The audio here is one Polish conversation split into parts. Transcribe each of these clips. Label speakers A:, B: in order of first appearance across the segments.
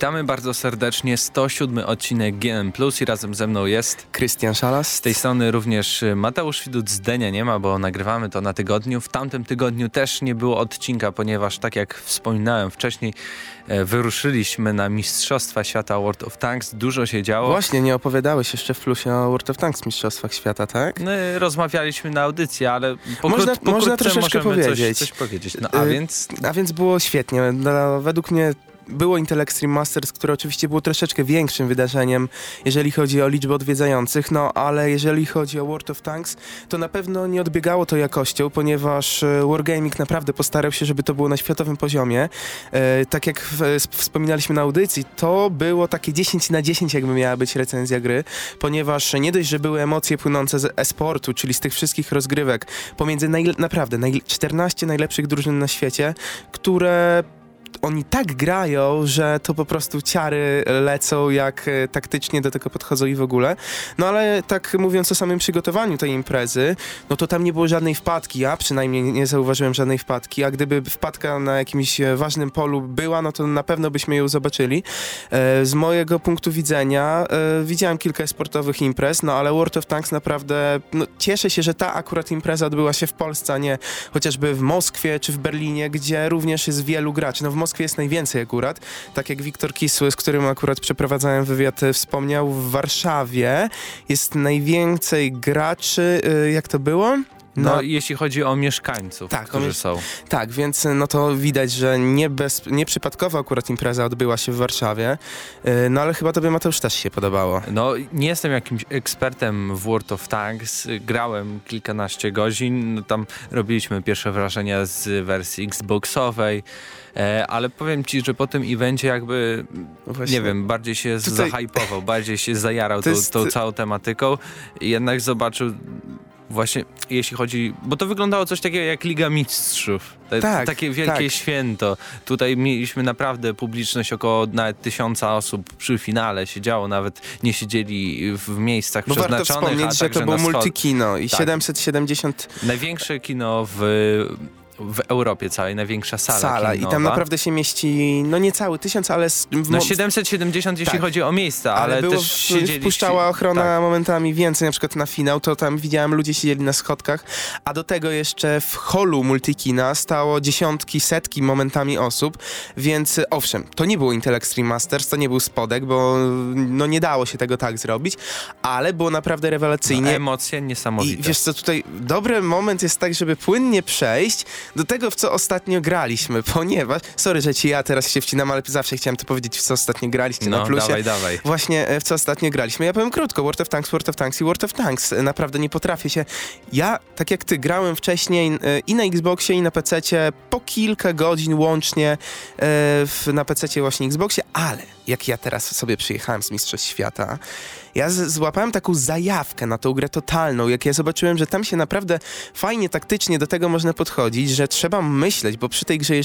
A: Witamy bardzo serdecznie, 107 odcinek GNM+, i razem ze mną jest
B: Krystian Szalas.
A: Z tej strony również Mateusz Widut. Z Denia nie ma, bo nagrywamy to na tygodniu. W tamtym tygodniu też nie było odcinka, ponieważ tak jak wspominałem wcześniej, wyruszyliśmy na Mistrzostwa Świata World of Tanks. Dużo się działo.
B: Właśnie, nie opowiadałeś jeszcze w plusie o World of Tanks Mistrzostwach Świata, tak?
A: No, rozmawialiśmy na audycji, ale
B: można troszeczkę powiedzieć.
A: Coś powiedzieć. No,
B: a więc było świetnie. Według mnie było Intel Extreme Masters, które oczywiście było troszeczkę większym wydarzeniem, jeżeli chodzi o liczbę odwiedzających, no ale jeżeli chodzi o World of Tanks, to na pewno nie odbiegało to jakością, ponieważ Wargaming naprawdę postarał się, żeby to było na światowym poziomie. Tak jak wspominaliśmy na audycji, to było takie 10/10, jakby miała być recenzja gry, ponieważ nie dość, że były emocje płynące z e-sportu, czyli z tych wszystkich rozgrywek pomiędzy naprawdę 14 najlepszych drużyn na świecie, które oni tak grają, że to po prostu ciary lecą, jak taktycznie do tego podchodzą i w ogóle. No ale tak mówiąc o samym przygotowaniu tej imprezy, no to tam nie było żadnej wpadki. Ja przynajmniej nie zauważyłem żadnej wpadki, a gdyby wpadka na jakimś ważnym polu była, no to na pewno byśmy ją zobaczyli. Z mojego punktu widzenia widziałem kilka sportowych imprez, no ale World of Tanks naprawdę, no, cieszę się, że ta akurat impreza odbyła się w Polsce, a nie chociażby w Moskwie czy w Berlinie, gdzie również jest wielu graczy. No w Moskwie jest najwięcej akurat, tak jak Wiktor Kisły, z którym akurat przeprowadzałem wywiad, wspomniał, w Warszawie jest najwięcej graczy, jak to było?
A: No, jeśli chodzi o mieszkańców, tak, którzy są.
B: Tak, więc no to widać, że nieprzypadkowo akurat impreza odbyła się w Warszawie, no ale chyba tobie, Mateusz, też się podobało.
A: No, nie jestem jakimś ekspertem w World of Tanks, grałem kilkanaście godzin, no, tam robiliśmy pierwsze wrażenia z wersji Xboxowej, ale powiem ci, że po tym evencie jakby, nie wiem, bardziej się zahajpował, bardziej się zajarał tą całą tematyką i jednak zobaczył właśnie, jeśli chodzi, bo to wyglądało coś takiego jak Liga Mistrzów. Takie wielkie święto. Tutaj mieliśmy naprawdę publiczność, około nawet 1000 osób przy finale siedziało, nawet nie siedzieli w miejscach przeznaczonych.
B: Warto wspomnieć, że to było multikino i 770...
A: Największe kino w Europie całej, największa sala
B: kinowa. I tam naprawdę się mieści, no nie cały 1000, ale...
A: 770, jeśli chodzi o miejsca, ale też
B: wpuszczała ochrona momentami więcej, na przykład na finał, to tam widziałem, ludzie siedzieli na schodkach, a do tego jeszcze w holu multikina stało dziesiątki, setki momentami osób, więc owszem, to nie było Intel Extreme Masters, to nie był spodek, bo no nie dało się tego tak zrobić, ale było naprawdę rewelacyjnie.
A: No, emocje niesamowite.
B: I wiesz co, tutaj dobry moment jest tak, żeby płynnie przejść do tego, w co ostatnio graliśmy, ponieważ, sorry, że ja teraz się wcinam, ale zawsze chciałem to powiedzieć, w co ostatnio graliście na plusie.
A: Dawaj.
B: Właśnie, w co ostatnio graliśmy. Ja powiem krótko, World of Tanks i World of Tanks. Naprawdę nie potrafię się... Ja, tak jak ty, grałem wcześniej i na Xboxie, i na PC-cie, po kilka godzin łącznie na PC-cie właśnie Xboxie, ale jak ja teraz sobie przyjechałem z Mistrzostw Świata, ja złapałem taką zajawkę na tą grę totalną, jak ja zobaczyłem, że tam się naprawdę fajnie, taktycznie do tego można podchodzić, że trzeba myśleć, bo przy tej grze,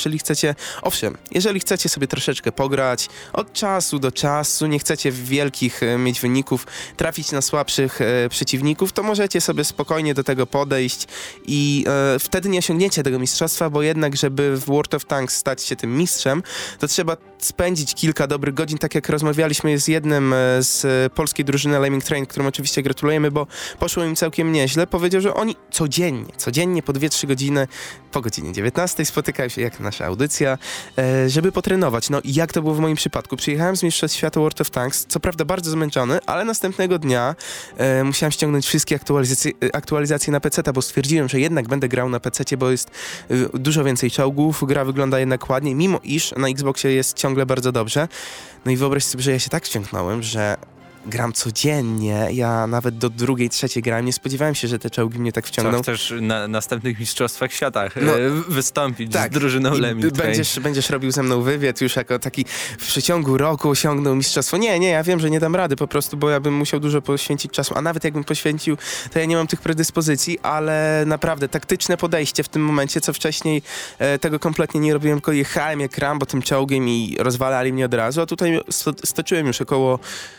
B: jeżeli chcecie sobie troszeczkę pograć od czasu do czasu, nie chcecie wielkich mieć wyników, trafić na słabszych przeciwników, to możecie sobie spokojnie do tego podejść i wtedy nie osiągniecie tego mistrzostwa, bo jednak, żeby w World of Tanks stać się tym mistrzem, to trzeba spędzić kilka dobrych godzin, tak jak rozmawialiśmy z jednym z polskiej drużyny Lemming Train, którym oczywiście gratulujemy, bo poszło im całkiem nieźle. Powiedział, że oni codziennie po 2-3 godziny, po godzinie 19 spotykają się, jak nasza audycja, żeby potrenować. No i jak to było w moim przypadku? Przyjechałem z Mistrzostw Świata World of Tanks, co prawda bardzo zmęczony, ale następnego dnia musiałem ściągnąć wszystkie aktualizacje na PC-ta, bo stwierdziłem, że jednak będę grał na PC-cie, bo jest dużo więcej czołgów, gra wygląda jednak ładniej, mimo iż na Xboxie jest ciągle bardzo dobrze. No i wyobraź sobie, że ja się tak wciągnąłem, że gram codziennie, ja nawet do 2., 3. grałem, nie spodziewałem się, że te czołgi mnie tak wciągną.
A: Chcesz na następnych Mistrzostwach Świata wystąpić z drużyną Lemming Train.
B: Będziesz robił ze mną wywiad już jako taki w przeciągu roku osiągnął mistrzostwo. Nie, ja wiem, że nie dam rady po prostu, bo ja bym musiał dużo poświęcić czasu, a nawet jakbym poświęcił, to ja nie mam tych predyspozycji, ale naprawdę taktyczne podejście w tym momencie, co wcześniej tego kompletnie nie robiłem, tylko jechałem jak Rambo tym czołgiem i rozwalali mnie od razu, a tutaj stoczyłem już około 25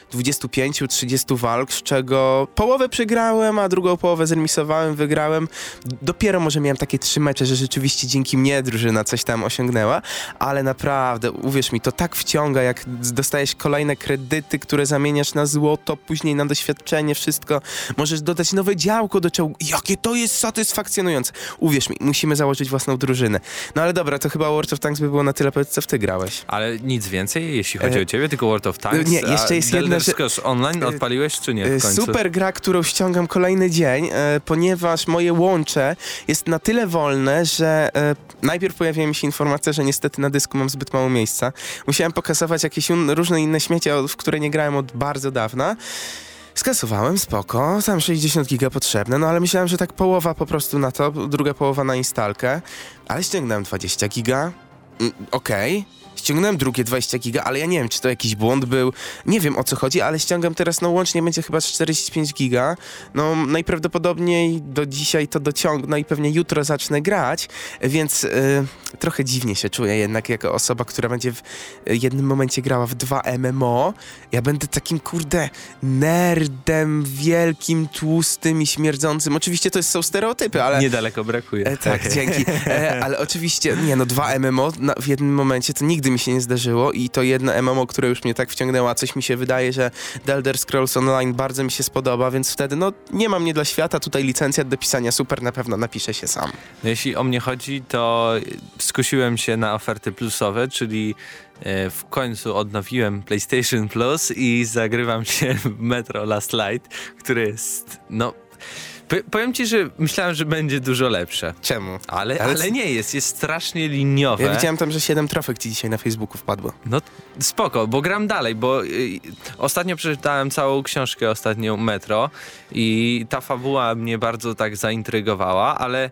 B: 25-30 walk, z czego połowę przegrałem, a drugą połowę zremisowałem, wygrałem. Dopiero może miałem takie 3 mecze, że rzeczywiście dzięki mnie drużyna coś tam osiągnęła, ale naprawdę, uwierz mi, to tak wciąga, jak dostajesz kolejne kredyty, które zamieniasz na złoto, później na doświadczenie, wszystko. Możesz dodać nowe działko do czołgu. Jakie to jest satysfakcjonujące. Uwierz mi, musimy założyć własną drużynę. No ale dobra, to chyba World of Tanks by było na tyle, co w ty grałeś.
A: Ale nic więcej, jeśli chodzi o ciebie, tylko World of Tanks?
B: Nie, jeszcze jest jedna rzecz.
A: Online odpaliłeś, czy nie w końcu?
B: Super gra, którą ściągam kolejny dzień, ponieważ moje łącze jest na tyle wolne, że najpierw pojawiła mi się informacja, że niestety na dysku mam zbyt mało miejsca. Musiałem pokasować jakieś różne inne śmiecie, w które nie grałem od bardzo dawna. Skasowałem, spoko, tam 60 giga potrzebne, no ale myślałem, że tak połowa po prostu na to, druga połowa na instalkę, ale ściągnąłem 20 giga, okej. Ściągnąłem drugie 20 giga, ale ja nie wiem, czy to jakiś błąd był. Nie wiem, o co chodzi, ale ściągam teraz, no łącznie będzie chyba 45 giga. No najprawdopodobniej do dzisiaj to dociągnę i pewnie jutro zacznę grać, więc trochę dziwnie się czuję jednak jako osoba, która będzie w jednym momencie grała w 2 MMO. Ja będę takim, kurde, nerdem wielkim, tłustym i śmierdzącym. Oczywiście to są stereotypy, ale...
A: Niedaleko brakuje.
B: Tak, dzięki. Ale oczywiście, 2 MMO w jednym momencie to nigdy mi się nie zdarzyło i to jedno MMO, które już mnie tak wciągnęło, a coś mi się wydaje, że The Elder Scrolls Online bardzo mi się spodoba, więc wtedy nie ma mnie dla świata, tutaj licencja do pisania super, na pewno napiszę się sam.
A: No, jeśli o mnie chodzi, to skusiłem się na oferty plusowe, czyli w końcu odnowiłem PlayStation Plus i zagrywam się w Metro Last Light, które jest, powiem ci, że myślałem, że będzie dużo lepsze.
B: Czemu?
A: Ale nie jest strasznie liniowe.
B: Ja widziałem tam, że 7 trofek ci dzisiaj na Facebooku wpadło.
A: No spoko, bo gram dalej, bo ostatnio przeczytałem całą książkę ostatnią Metro i ta fabuła mnie bardzo tak zaintrygowała, ale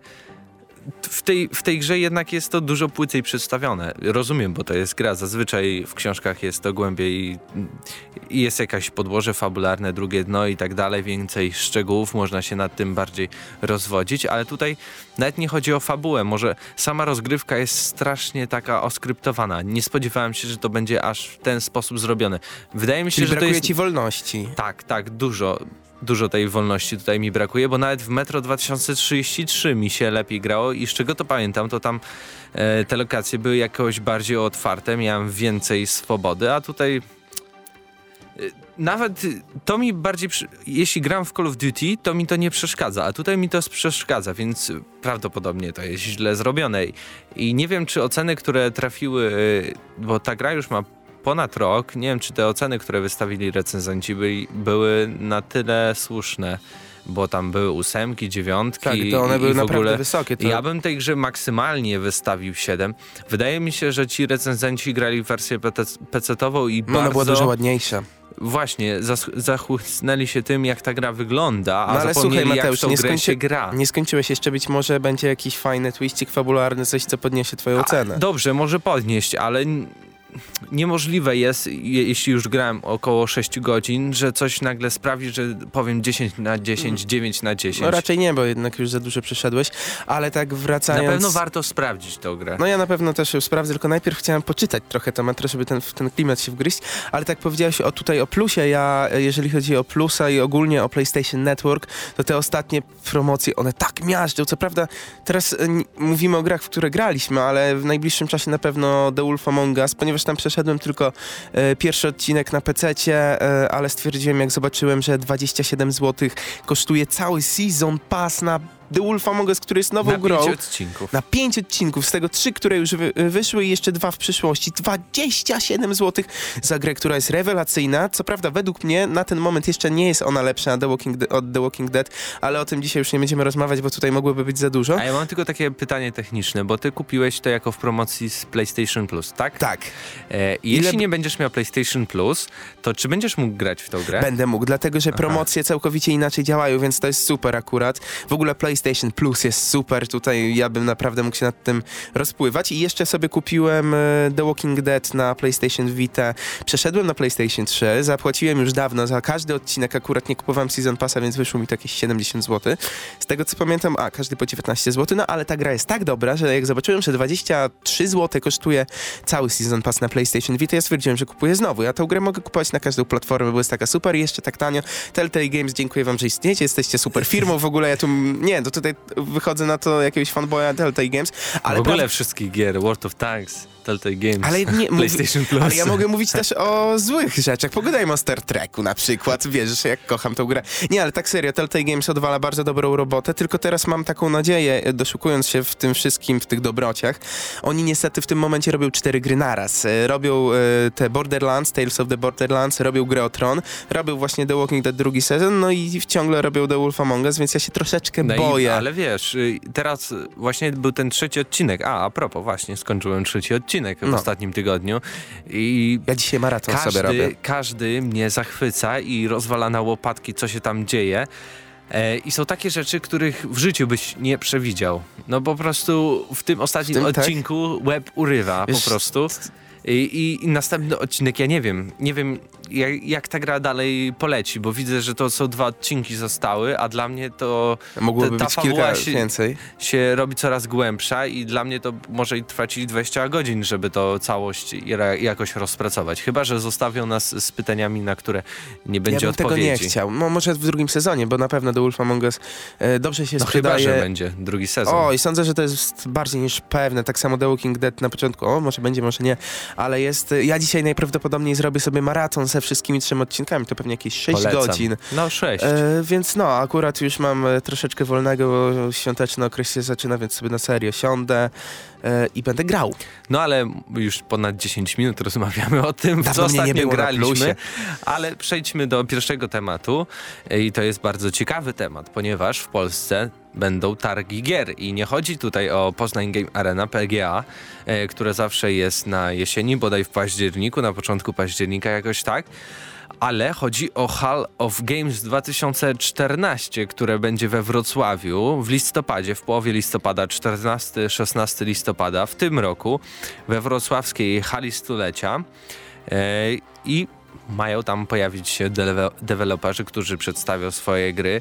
A: w tej grze jednak jest to dużo płycej przedstawione. Rozumiem, bo to jest gra. Zazwyczaj w książkach jest to głębiej i jest jakieś podłoże fabularne, drugie dno i tak dalej, więcej szczegółów, można się nad tym bardziej rozwodzić, ale tutaj nawet nie chodzi o fabułę. Może sama rozgrywka jest strasznie taka oskryptowana. Nie spodziewałem się, że to będzie aż w ten sposób zrobione. Wydaje mi się,
B: Czyli
A: że
B: brakuje
A: to jest...
B: ci wolności.
A: Tak, dużo tej wolności tutaj mi brakuje, bo nawet w Metro 2033 mi się lepiej grało i z czego to pamiętam, to tam te lokacje były jakoś bardziej otwarte, miałem więcej swobody, a tutaj nawet to mi bardziej, jeśli gram w Call of Duty, to mi to nie przeszkadza, a tutaj mi to przeszkadza, więc prawdopodobnie to jest źle zrobione i nie wiem, czy oceny, które trafiły, bo ta gra już ma ponad rok, nie wiem, czy te oceny, które wystawili recenzenci były na tyle słuszne, bo tam były 8, 9
B: tak, to one były
A: w
B: naprawdę
A: ogóle
B: wysokie. To...
A: Ja bym tej grze maksymalnie wystawił 7. Wydaje mi się, że ci recenzenci grali w wersję PC-tową i bardzo...
B: Ona była dużo ładniejsza.
A: Właśnie, zachłysnęli się tym, jak ta gra wygląda, a
B: ale
A: zapomnieli,
B: słuchaj, Mateusz,
A: jak w tą grę się gra.
B: Nie skończyłeś jeszcze, być może będzie jakiś fajny twistik fabularny, coś, co podniesie twoją cenę.
A: Dobrze, może podnieść, ale... Niemożliwe jest, jeśli już grałem około 6 godzin, że coś nagle sprawi, że powiem 10 na 10, 9 na 10.
B: No raczej nie, bo jednak już za dużo przeszedłeś, ale tak wracając...
A: Na pewno warto sprawdzić tę grę.
B: No ja na pewno też ją sprawdzę, tylko najpierw chciałem poczytać trochę to Metro, żeby w ten klimat się wgryźć, ale tak powiedziałeś tutaj o plusie, ja jeżeli chodzi o plusa i ogólnie o PlayStation Network, to te ostatnie promocje, one tak miażdżą, co prawda teraz mówimy o grach, w które graliśmy, ale w najbliższym czasie na pewno The Wolf Among Us, ponieważ tam przeszedłem tylko pierwszy odcinek na PC-cie, ale stwierdziłem, jak zobaczyłem, że 27 zł kosztuje cały Season Pass na The Wolf Among Us, który jest nową grą.
A: Na 5 odcinków.
B: Na 5 odcinków, z tego 3, które już wyszły i jeszcze 2 w przyszłości. 27 zł za grę, która jest rewelacyjna. Co prawda, według mnie na ten moment jeszcze nie jest ona lepsza od The Walking Dead, ale o tym dzisiaj już nie będziemy rozmawiać, bo tutaj mogłoby być za dużo.
A: A ja mam tylko takie pytanie techniczne, bo ty kupiłeś to jako w promocji z PlayStation Plus, tak?
B: Tak.
A: Jeśli nie będziesz miał PlayStation Plus, to czy będziesz mógł grać w tą grę?
B: Będę mógł, dlatego że promocje całkowicie inaczej działają, więc to jest super akurat. W ogóle PlayStation PlayStation Plus jest super, tutaj ja bym naprawdę mógł się nad tym rozpływać i jeszcze sobie kupiłem The Walking Dead na PlayStation Vita, przeszedłem na PlayStation 3, zapłaciłem już dawno za każdy odcinek, akurat nie kupowałem Season Passa, więc wyszło mi to jakieś 70 zł. Z tego co pamiętam, każdy po 19 zł, no ale ta gra jest tak dobra, że jak zobaczyłem, że 23 zł kosztuje cały Season Pass na PlayStation Vita, ja stwierdziłem, że kupuję znowu. Ja tę grę mogę kupować na każdą platformę, bo jest taka super i jeszcze tak tanio. Telltale Games, dziękuję wam, że istniejecie, jesteście super firmą, w ogóle ja tu, nie, to tutaj wychodzę na to jakiegoś fanboya Telltale Games, ale...
A: W ogóle wszystkich gier, World of Tanks, Telltale Games,
B: ale nie,
A: PlayStation Plus.
B: Ale ja mogę mówić też o złych rzeczach. Pogadajmy o Star Treku na przykład. Wiesz, jak kocham tę grę. Nie, ale tak serio, Telltale Games odwala bardzo dobrą robotę, tylko teraz mam taką nadzieję, doszukując się w tym wszystkim, w tych dobrociach. Oni niestety w tym momencie robią 4 gry naraz. Robią te Borderlands, Tales of the Borderlands, robią grę o Tron, robią właśnie The Walking Dead drugi sezon, no i ciągle robią The Wolf Among Us, więc ja się troszeczkę boję.
A: Ale wiesz, teraz właśnie był ten 3 odcinek. A propos, właśnie skończyłem 3 odcinek w ostatnim tygodniu. I
B: ja dzisiaj maraton sobie robię.
A: Każdy mnie zachwyca i rozwala na łopatki, co się tam dzieje. I są takie rzeczy, których w życiu byś nie przewidział. No po prostu w tym ostatnim odcinku łeb urywa, wiesz, po prostu. I następny odcinek, ja nie wiem jak ta gra dalej poleci, bo widzę, że to są 2 odcinki zostały, a dla mnie to
B: mogłoby
A: ta
B: być kilka więcej.
A: Się robi coraz głębsza i dla mnie to może trwać 20 godzin, żeby to całość jakoś rozpracować. Chyba że zostawią nas z pytaniami, na które nie będzie odpowiedzi.
B: Ja bym tego nie chciał. No, może w drugim sezonie, bo na pewno The Wolf Among Us dobrze się sprzedaje.
A: Chyba że będzie drugi sezon.
B: I sądzę, że to jest bardziej niż pewne. Tak samo The Walking Dead na początku, może będzie, może nie, ale jest... Ja dzisiaj najprawdopodobniej zrobię sobie maraton ze wszystkimi 3 odcinkami, to pewnie jakieś 6 godzin.
A: No 6.
B: Więc akurat już mam troszeczkę wolnego, bo świąteczny okres się zaczyna, więc sobie na serio siądę i będę grał.
A: No ale już ponad 10 minut rozmawiamy o tym,
B: w
A: co ostatnio graliśmy, ale przejdźmy do pierwszego tematu i to jest bardzo ciekawy temat, ponieważ w Polsce będą targi gier i nie chodzi tutaj o Poznań Game Arena, PGA, które zawsze jest na jesieni, bodaj w październiku, na początku października jakoś tak, ale chodzi o Hall of Games 2014, które będzie we Wrocławiu w listopadzie, w połowie listopada, 14-16 listopada w tym roku we wrocławskiej hali stulecia i mają tam pojawić się deweloperzy, którzy przedstawią swoje gry.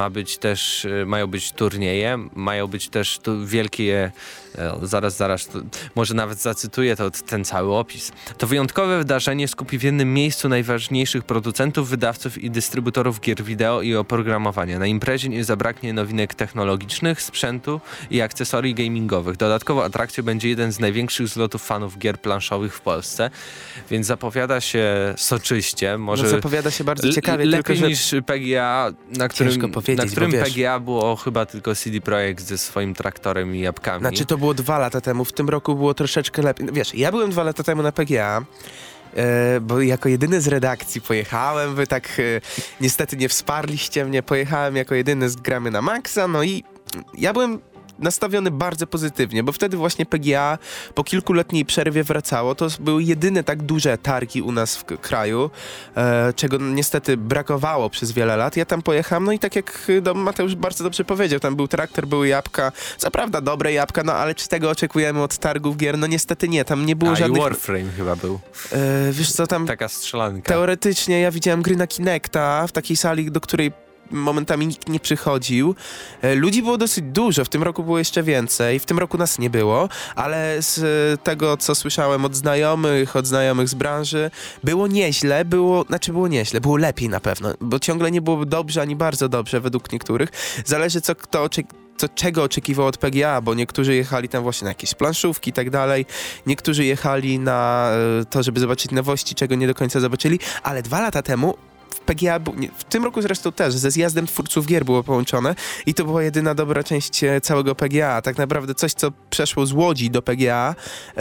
A: Mają być turnieje, mają być też tu wielkie... Zaraz, może nawet zacytuję ten cały opis. To wyjątkowe wydarzenie skupi w jednym miejscu najważniejszych producentów, wydawców i dystrybutorów gier wideo i oprogramowania. Na imprezie nie zabraknie nowinek technologicznych, sprzętu i akcesorii gamingowych. Dodatkowo atrakcją będzie jeden z największych zlotów fanów gier planszowych w Polsce, więc zapowiada się soczyście. Może
B: zapowiada się bardzo ciekawie.
A: Lepiej niż PGA, na którym PGA było chyba tylko CD Projekt ze swoim traktorem i jabłkami.
B: Znaczy to było 2 lata temu, w tym roku było troszeczkę lepiej. Wiesz, ja byłem 2 lata temu na PGA, bo jako jedyny z redakcji pojechałem, wy tak niestety nie wsparliście mnie, pojechałem jako jedyny z Gramy na Maxa, no i ja byłem nastawiony bardzo pozytywnie, bo wtedy właśnie PGA po kilkuletniej przerwie wracało. To były jedyne tak duże targi u nas w kraju, czego niestety brakowało przez wiele lat. Ja tam pojechałem, no i tak jak Mateusz bardzo dobrze powiedział, tam był traktor, były jabłka, co prawda dobre jabłka, no ale czy tego oczekujemy od targów gier? No niestety nie, tam nie było żadnych...
A: i Warframe chyba był.
B: Wiesz co, tam...
A: Taka strzelanka.
B: Teoretycznie ja widziałem gry na Kinecta w takiej sali, do której momentami nikt nie przychodził. Ludzi było dosyć dużo, w tym roku było jeszcze więcej. W tym roku nas nie było, ale z tego, co słyszałem od znajomych z branży, było nieźle, było lepiej na pewno, bo ciągle nie było dobrze, ani bardzo dobrze według niektórych. Zależy, czego oczekiwał od PGA, bo niektórzy jechali tam właśnie na jakieś planszówki i tak dalej, niektórzy jechali na to, żeby zobaczyć nowości, czego nie do końca zobaczyli, ale 2 lata temu PGA, w tym roku zresztą też, ze zjazdem twórców gier było połączone i to była jedyna dobra część całego PGA. Tak naprawdę coś, co przeszło z Łodzi do PGA,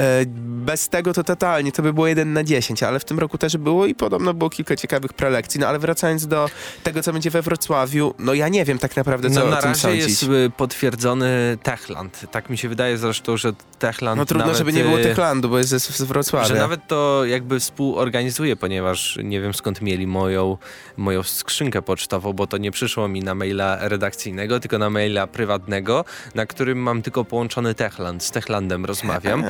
B: bez tego to totalnie, to by było 1 na 10, ale w tym roku też było i podobno było kilka ciekawych prelekcji. No ale wracając do tego, co będzie we Wrocławiu, no ja nie wiem tak naprawdę, co o tym sądzić.
A: Na razie jest potwierdzony Techland. Tak mi się wydaje zresztą, że Techland
B: no trudno,
A: nawet,
B: żeby nie było Techlandu, bo jest z Wrocławia.
A: Że nawet to jakby współorganizuje, ponieważ nie wiem skąd mieli moją moją skrzynkę pocztową, bo to nie przyszło mi na maila redakcyjnego, tylko na maila prywatnego, na którym mam tylko połączony Techland. Z Techlandem rozmawiam.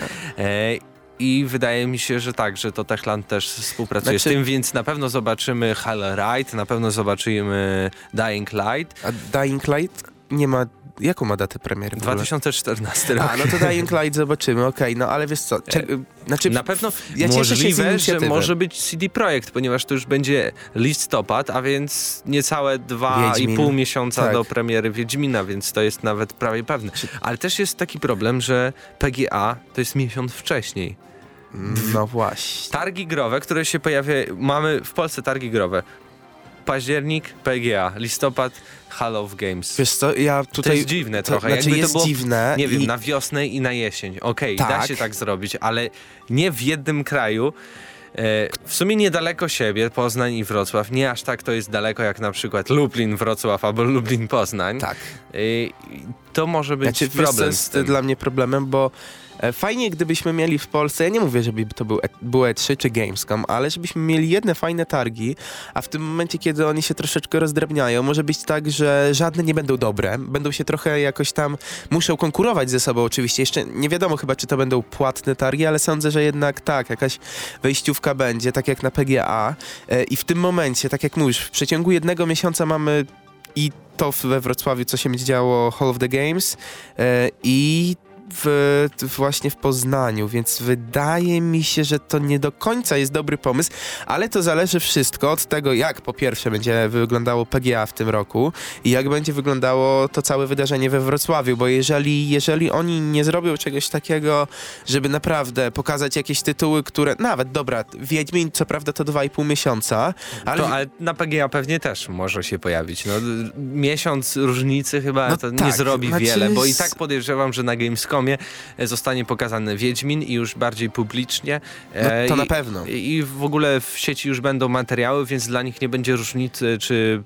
A: I wydaje mi się, że tak, że to Techland też współpracuje z tym, więc na pewno zobaczymy Halo Ride, na pewno zobaczymy Dying Light.
B: A Dying Light nie ma... Jaką ma datę premiery?
A: 2014 rok.
B: No to Dying Light zobaczymy, okej, no ale wiesz co, znaczy...
A: Na pewno
B: ja
A: możliwe, że może być CD Projekt, ponieważ to już będzie listopad, a więc niecałe 2,5 miesiąca do premiery Wiedźmina, więc to jest nawet prawie pewne. Ale też jest taki problem, że PGA to jest miesiąc wcześniej.
B: No właśnie.
A: Targi growe, które się pojawiają, mamy w Polsce targi growe. Październik, PGA, listopad, Hall of Games.
B: Wiesz co, ja tutaj...
A: To jest dziwne trochę.
B: Znaczy
A: jakby
B: jest
A: to było,
B: dziwne.
A: Nie wiem, na wiosnę i na jesień. Okej,
B: tak.
A: Da się tak zrobić, ale nie w jednym kraju. W sumie niedaleko siebie, Poznań i Wrocław. Nie aż tak to jest daleko jak na przykład Lublin, Wrocław albo Lublin, Poznań.
B: Tak.
A: To może być problem.
B: To jest dla mnie problemem, bo fajnie, gdybyśmy mieli w Polsce, ja nie mówię, żeby to był E3 czy Gamescom, ale żebyśmy mieli jedne fajne targi, a w tym momencie, kiedy oni się troszeczkę rozdrabniają, może być tak, że żadne nie będą dobre, będą się trochę jakoś tam, muszą konkurować ze sobą oczywiście. Jeszcze nie wiadomo chyba, czy to będą płatne targi, ale sądzę, że jednak tak, jakaś wejściówka będzie, tak jak na PGA. I w tym momencie, tak jak mówisz, w przeciągu jednego miesiąca mamy i to we Wrocławiu, co się będzie działo, Hall of the Games i właśnie w Poznaniu, więc wydaje mi się, że to nie do końca jest dobry pomysł, ale to zależy wszystko od tego, jak po pierwsze będzie wyglądało PGA w tym roku i jak będzie wyglądało to całe wydarzenie we Wrocławiu, bo jeżeli oni nie zrobią czegoś takiego, żeby naprawdę pokazać jakieś tytuły, które nawet, dobra, Wiedźmin, co prawda to 2,5 miesiąca, ale
A: na PGA pewnie też może się pojawić. No, miesiąc różnicy chyba to nie zrobi wiele, bo i tak podejrzewam, że na Gamescomie zostanie pokazany Wiedźmin i już bardziej publicznie.
B: To na pewno.
A: I w ogóle w sieci już będą materiały, więc dla nich nie będzie różnicy, czy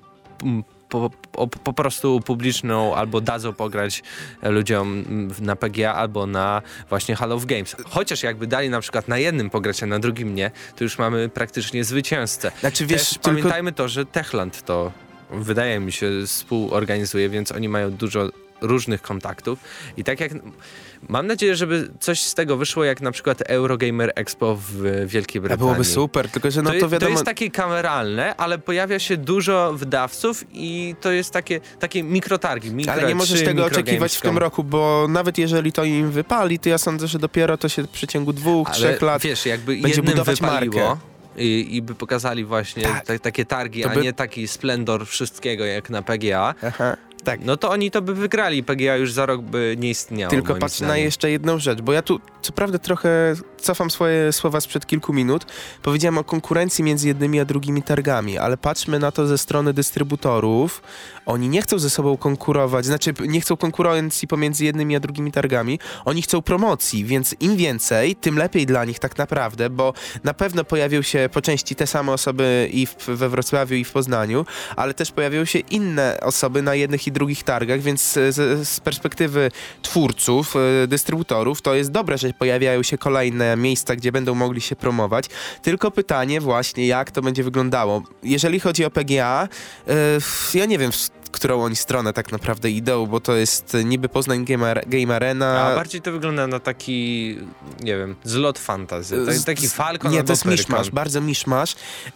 A: po prostu upublicznią albo dadzą pograć ludziom na PGA albo na właśnie Hall of Games. Chociaż jakby dali na przykład na jednym pograć, a na drugim nie, to już mamy praktycznie zwycięzcę.
B: Znaczy, wiesz,
A: też pamiętajmy to, że Techland to wydaje mi się współorganizuje, więc oni mają dużo różnych kontaktów i tak jak mam nadzieję, żeby coś z tego wyszło, jak na przykład Eurogamer Expo w Wielkiej Brytanii.
B: Byłoby super, tylko że to wiadomo...
A: To jest takie kameralne, ale pojawia się dużo wydawców i to jest takie mikrotargi.
B: Ale nie możesz tego oczekiwać w tym roku, bo nawet jeżeli to im wypali, to ja sądzę, że dopiero to się w przeciągu 2-3 lat
A: wiesz, jakby
B: będzie
A: jednym
B: budować
A: wypaliło
B: markę.
A: I by pokazali właśnie takie targi, a nie taki splendor wszystkiego jak na PGA.
B: Aha. Tak.
A: No to oni to by wygrali, PGA już za rok by nie istniało.
B: Tylko patrz na jeszcze jedną rzecz, bo ja tu co prawda trochę cofam swoje słowa sprzed kilku minut. Powiedziałem o konkurencji między jednymi a drugimi targami, ale patrzmy na to ze strony dystrybutorów. Oni nie chcą ze sobą konkurować, znaczy nie chcą konkurencji pomiędzy jednymi a drugimi targami. Oni chcą promocji, więc im więcej, tym lepiej dla nich tak naprawdę, bo na pewno pojawią się po części te same osoby i we Wrocławiu i w Poznaniu, ale też pojawią się inne osoby na jednych i drugich targach, więc z perspektywy twórców, dystrybutorów, to jest dobre, że pojawiają się kolejne miejsca, gdzie będą mogli się promować. Tylko pytanie właśnie, jak to będzie wyglądało. Jeżeli chodzi o PGA, ja nie wiem, w którą oni stronę tak naprawdę idą, bo to jest niby Poznań Game Arena.
A: A bardziej to wygląda na taki, nie wiem, zlot fantasy. Taki Falcon.
B: Nie, to jest miszmasz, bardzo miszmasz.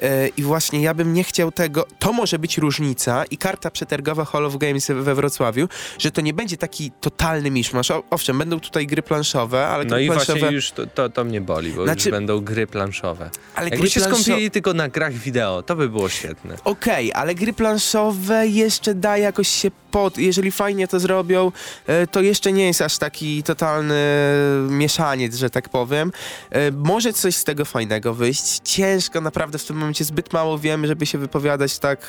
B: I właśnie ja bym nie chciał tego, to może być różnica i karta przetargowa Hall of Games we Wrocławiu, że to nie będzie taki totalny miszmasz. Owszem, będą tutaj gry planszowe, ale gry planszowe...
A: właśnie już to mnie boli, bo już będą gry planszowe. Ale jakby się skąpili tylko na grach wideo, to by było świetne.
B: Okej, ale gry planszowe jeszcze da jakoś się jeżeli fajnie to zrobią, to jeszcze nie jest aż taki totalny mieszaniec, że tak powiem. Może coś z tego fajnego wyjść. Ciężko, naprawdę w tym momencie zbyt mało wiemy, żeby się wypowiadać tak,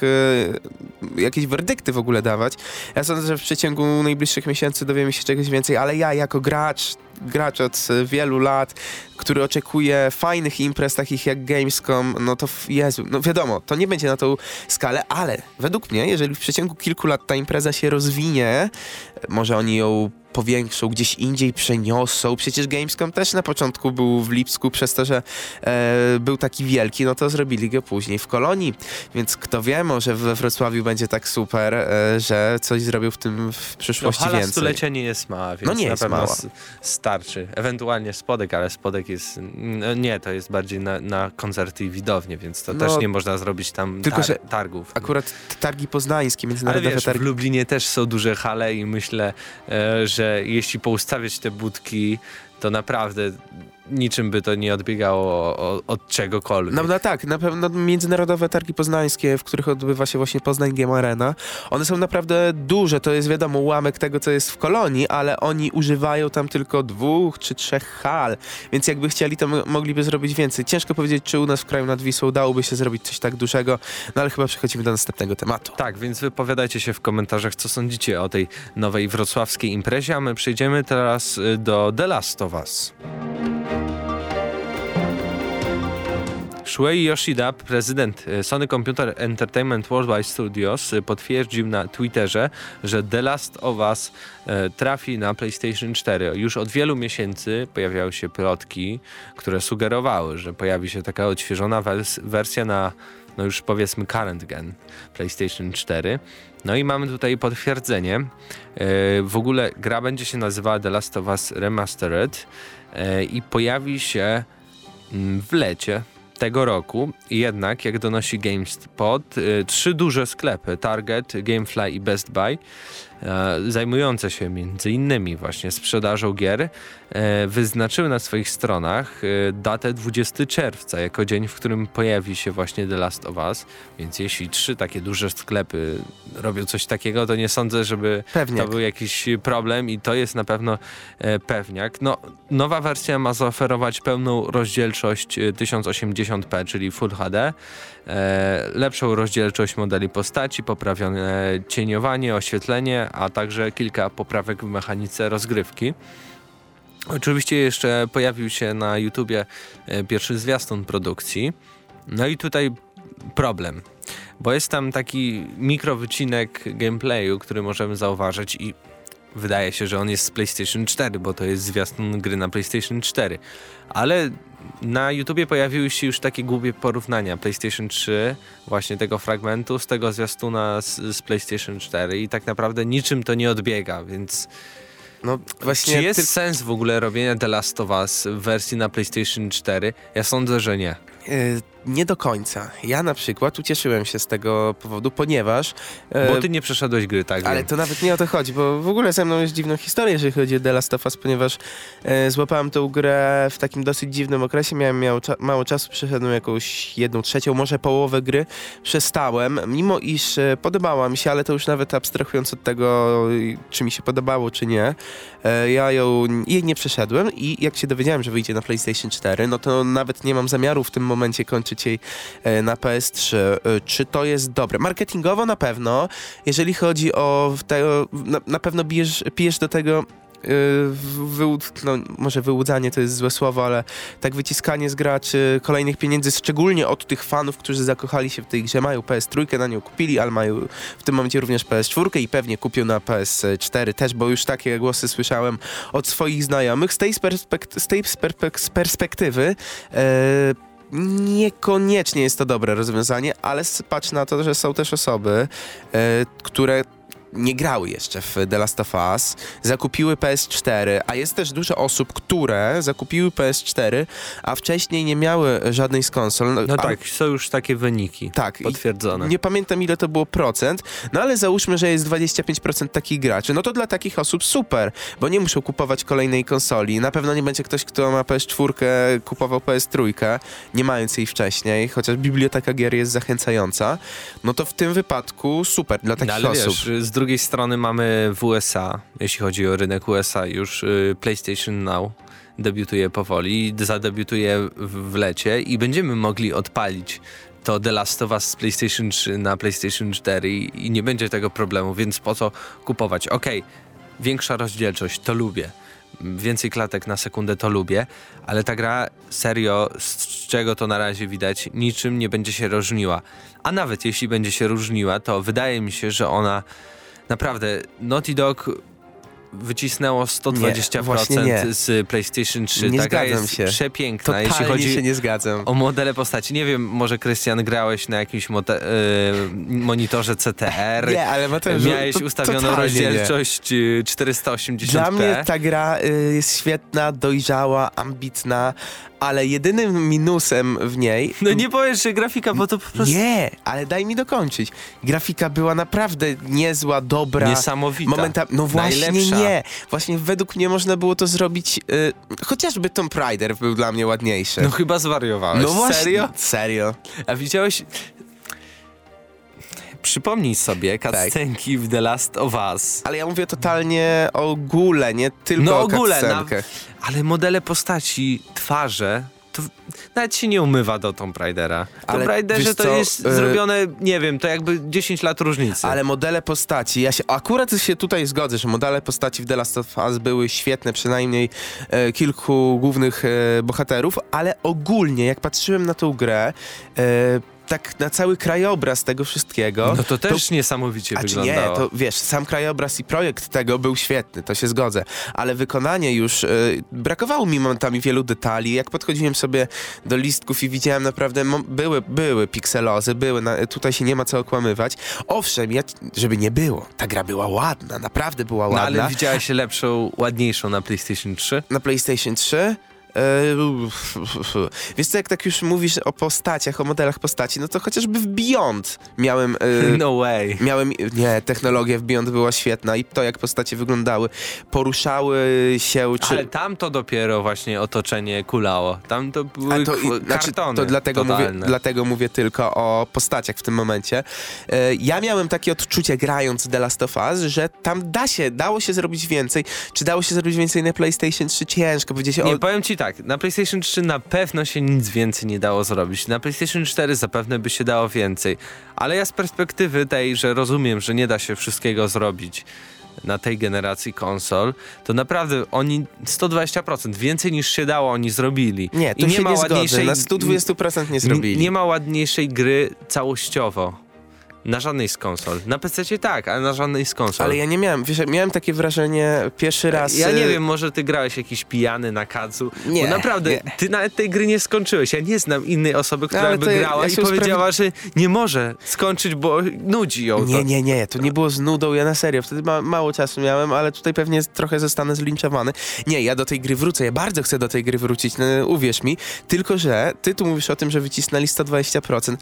B: jakieś werdykty w ogóle dawać. Ja sądzę, że w przeciągu najbliższych miesięcy dowiemy się czegoś więcej, ale ja jako gracz od wielu lat, który oczekuje fajnych imprez takich jak Gamescom, no to Jezu, no wiadomo, to nie będzie na tą skalę, ale według mnie, jeżeli w przeciągu kilku lat ta impreza się rozwinie, może oni ją powiększą, gdzieś indziej przeniosą. Przecież Gamescom też na początku był w Lipsku, przez to, że był taki wielki, no to zrobili go później w Kolonii. Więc kto wie, może we Wrocławiu będzie tak super, że coś zrobił w przyszłości
A: hala
B: więcej.
A: stulecia nie jest mała, więc
B: nie
A: na
B: jest
A: pewno
B: mała.
A: Starczy. Ewentualnie spodek, ale spodek jest... nie, to jest bardziej na koncerty i widownie, więc to też nie można zrobić tam
B: tylko, że
A: targów.
B: Akurat targi poznańskie,
A: Ale
B: międzynarodowe
A: wiesz,
B: targi.
A: w Lublinie też są duże hale i myślę, że jeśli poustawiać te budki, to naprawdę niczym by to nie odbiegało od czegokolwiek.
B: No tak, na pewno międzynarodowe targi poznańskie, w których odbywa się właśnie Poznań Game Arena, one są naprawdę duże, to jest wiadomo ułamek tego, co jest w Kolonii, ale oni używają tam tylko 2 czy 3 hal, więc jakby chcieli, to mogliby zrobić więcej. Ciężko powiedzieć, czy u nas w kraju nad Wisłą dałoby się zrobić coś tak dużego, no ale chyba przechodzimy do następnego tematu.
A: Tak, więc wypowiadajcie się w komentarzach, co sądzicie o tej nowej wrocławskiej imprezie, a my przejdziemy teraz do The Last of Us. Shuei Yoshida, prezydent Sony Computer Entertainment Worldwide Studios, potwierdził na Twitterze, że The Last of Us trafi na PlayStation 4. Już od wielu miesięcy pojawiały się plotki, które sugerowały, że pojawi się taka odświeżona wersja na, no już powiedzmy current gen PlayStation 4. No i mamy tutaj potwierdzenie. W ogóle gra będzie się nazywała The Last of Us Remastered i pojawi się w lecie tego roku. Jednak, jak donosi GameSpot, 3 duże sklepy, Target, Gamefly i Best Buy, zajmujące się między innymi właśnie sprzedażą gier, wyznaczyły na swoich stronach datę 20 czerwca jako dzień, w którym pojawi się właśnie The Last of Us. Więc jeśli 3 takie duże sklepy robią coś takiego, to nie sądzę, żeby
B: Pewniak.
A: to był jakiś problem i to jest na pewno pewniak. No, nowa wersja ma zaoferować pełną rozdzielczość 1080p, czyli Full HD, lepszą rozdzielczość modeli postaci, poprawione cieniowanie, oświetlenie, a także kilka poprawek w mechanice rozgrywki. Oczywiście jeszcze pojawił się na YouTubie pierwszy zwiastun produkcji. No i tutaj problem, bo jest tam taki mikrowycinek gameplayu, który możemy zauważyć i wydaje się, że on jest z PlayStation 4, bo to jest zwiastun gry na PlayStation 4. Ale na YouTubie pojawiły się już takie głupie porównania PlayStation 3, właśnie tego fragmentu z tego zwiastuna z PlayStation 4 i tak naprawdę niczym to nie odbiega, więc
B: No właśnie
A: czy jest sens w ogóle robienia The Last of Us w wersji na PlayStation 4? Ja sądzę, że nie.
B: Nie do końca. Ja na przykład ucieszyłem się z tego powodu, ponieważ...
A: Bo ty nie przeszedłeś gry, tak?
B: Ale
A: wiem.
B: to nawet nie o to chodzi, bo w ogóle ze mną jest dziwna historia, jeżeli chodzi o The Last of Us, ponieważ złapałem tę grę w takim dosyć dziwnym okresie, miałem mało czasu, przeszedłem jakąś 1/3, może połowę gry, przestałem, mimo iż podobała mi się, ale to już nawet abstrahując od tego, czy mi się podobało, czy nie, ja jej nie przeszedłem i jak się dowiedziałem, że wyjdzie na PlayStation 4, no to nawet nie mam zamiaru w tym momencie kończyć jej na PS3. Czy to jest dobre? Marketingowo na pewno. Jeżeli chodzi o na pewno pijesz do tego no, może wyłudzanie to jest złe słowo, ale tak wyciskanie z graczy kolejnych pieniędzy, szczególnie od tych fanów, którzy zakochali się w tej grze, mają PS3, na nią kupili, ale mają w tym momencie również PS4 i pewnie kupią na PS4 też, bo już takie głosy słyszałem od swoich znajomych. Z tej perspektywy niekoniecznie jest to dobre rozwiązanie, ale patrz na to, że są też osoby, które nie grały jeszcze w The Last of Us, zakupiły PS4, a jest też dużo osób, które zakupiły PS4, a wcześniej nie miały żadnej z konsol.
A: No tak, są już takie wyniki potwierdzone.
B: Nie pamiętam, ile to było procent, no ale załóżmy, że jest 25% takich graczy. No to dla takich osób super, bo nie muszą kupować kolejnej konsoli. Na pewno nie będzie ktoś, kto ma PS4, kupował PS3, nie mając jej wcześniej, chociaż biblioteka gier jest zachęcająca. No to w tym wypadku super dla takich
A: ale
B: osób.
A: Wiesz, z drugiej strony mamy w USA, jeśli chodzi o rynek USA, już PlayStation Now debiutuje powoli, zadebiutuje w lecie i będziemy mogli odpalić to The Last of Us z PlayStation 3 na PlayStation 4 i nie będzie tego problemu, więc po co kupować? Okej, większa rozdzielczość, to lubię. Więcej klatek na sekundę to lubię, ale ta gra serio, z czego to na razie widać, niczym nie będzie się różniła. A nawet jeśli będzie się różniła, to wydaje mi się, że ona naprawdę, Naughty Dog wycisnęło 120%
B: nie.
A: z PlayStation 3.
B: Nie
A: Ta gra
B: zgadzam
A: jest
B: się.
A: przepiękna,
B: Totalnie
A: jeśli chodzi
B: się nie zgadzam.
A: o modele postaci. Nie wiem, może Krystian grałeś na jakimś monitorze CTR.
B: Nie, ale Mateusz,
A: miałeś ustawioną rozdzielczość 480p.
B: Dla mnie ta gra jest świetna, dojrzała, ambitna, ale jedynym minusem w niej...
A: No nie powiesz, że grafika, bo to po prostu...
B: Nie, ale daj mi dokończyć. Grafika była naprawdę niezła, dobra.
A: Niesamowita.
B: No właśnie
A: Najlepsza.
B: nie. Właśnie według mnie można było to zrobić... chociażby Tomb Raider był dla mnie ładniejszy.
A: No chyba zwariowałeś.
B: No właśnie.
A: Serio?
B: Serio.
A: A widziałeś... Przypomnij sobie cutscenki w The Last of Us.
B: Ale ja mówię totalnie o ogóle, nie tylko o cutscenkach.
A: Ale modele postaci, twarze, to nawet się nie umywa do Tomb Raidera. W Tomb Raiderze to jest zrobione, nie wiem, to jakby 10 lat różnicy.
B: Ale modele postaci, akurat się tutaj zgodzę, że modele postaci w The Last of Us były świetne, przynajmniej kilku głównych bohaterów, ale ogólnie, jak patrzyłem na tą grę, tak na cały krajobraz tego wszystkiego...
A: No to też niesamowicie wyglądało.
B: Nie, to wiesz, sam krajobraz i projekt tego był świetny, to się zgodzę, ale wykonanie już... brakowało mi momentami wielu detali. Jak podchodziłem sobie do listków i widziałem naprawdę... były pikselozy, tutaj się nie ma co okłamywać. Owszem, żeby nie było, ta gra była ładna, naprawdę była ładna.
A: No ale widziałeś lepszą, ładniejszą na PlayStation 3?
B: Na PlayStation 3? Wiesz co, jak tak już mówisz o postaciach, o modelach postaci, no to chociażby w Beyond miałem...
A: No way.
B: Technologia w Beyond była świetna i to, jak postacie wyglądały, poruszały się...
A: Ale tam to dopiero właśnie otoczenie kulało. Tam to były kartony
B: to dlatego mówię tylko o postaciach w tym momencie. Ja miałem takie odczucie, grając The Last of Us, że tam dało się zrobić więcej. Czy dało się zrobić więcej na PlayStation 3? Ciężko powiedzieć.
A: Nie, powiem ci tak, na PlayStation 3 na pewno się nic więcej nie dało zrobić. Na PlayStation 4 zapewne by się dało więcej. Ale ja z perspektywy tej, że rozumiem, że nie da się wszystkiego zrobić na tej generacji konsol, to naprawdę oni 120% więcej niż się dało oni zrobili.
B: Nie, tu
A: I nie
B: się
A: ma
B: nie
A: ładniejszej,
B: zgodzę, na 120% nie zrobili.
A: Nie ma ładniejszej gry całościowo. Na żadnej z konsol. Na PC tak, ale na żadnej z konsol.
B: Ale ja nie miałem, wiesz, miałem takie wrażenie pierwszy raz...
A: Ja nie wiem, może ty grałeś jakiś pijany na kadzu.
B: Nie.
A: Bo naprawdę, ty nawet tej gry nie skończyłeś. Ja nie znam innej osoby, która by grała i powiedziała, że nie może skończyć, bo nudzi ją to.
B: Nie, to nie było z nudą, ja na serio. Wtedy mało czasu miałem, ale tutaj pewnie trochę zostanę zlinczowany. Nie, ja do tej gry wrócę, ja bardzo chcę do tej gry wrócić, no, uwierz mi. Tylko, że ty tu mówisz o tym, że wycisnęli 120%.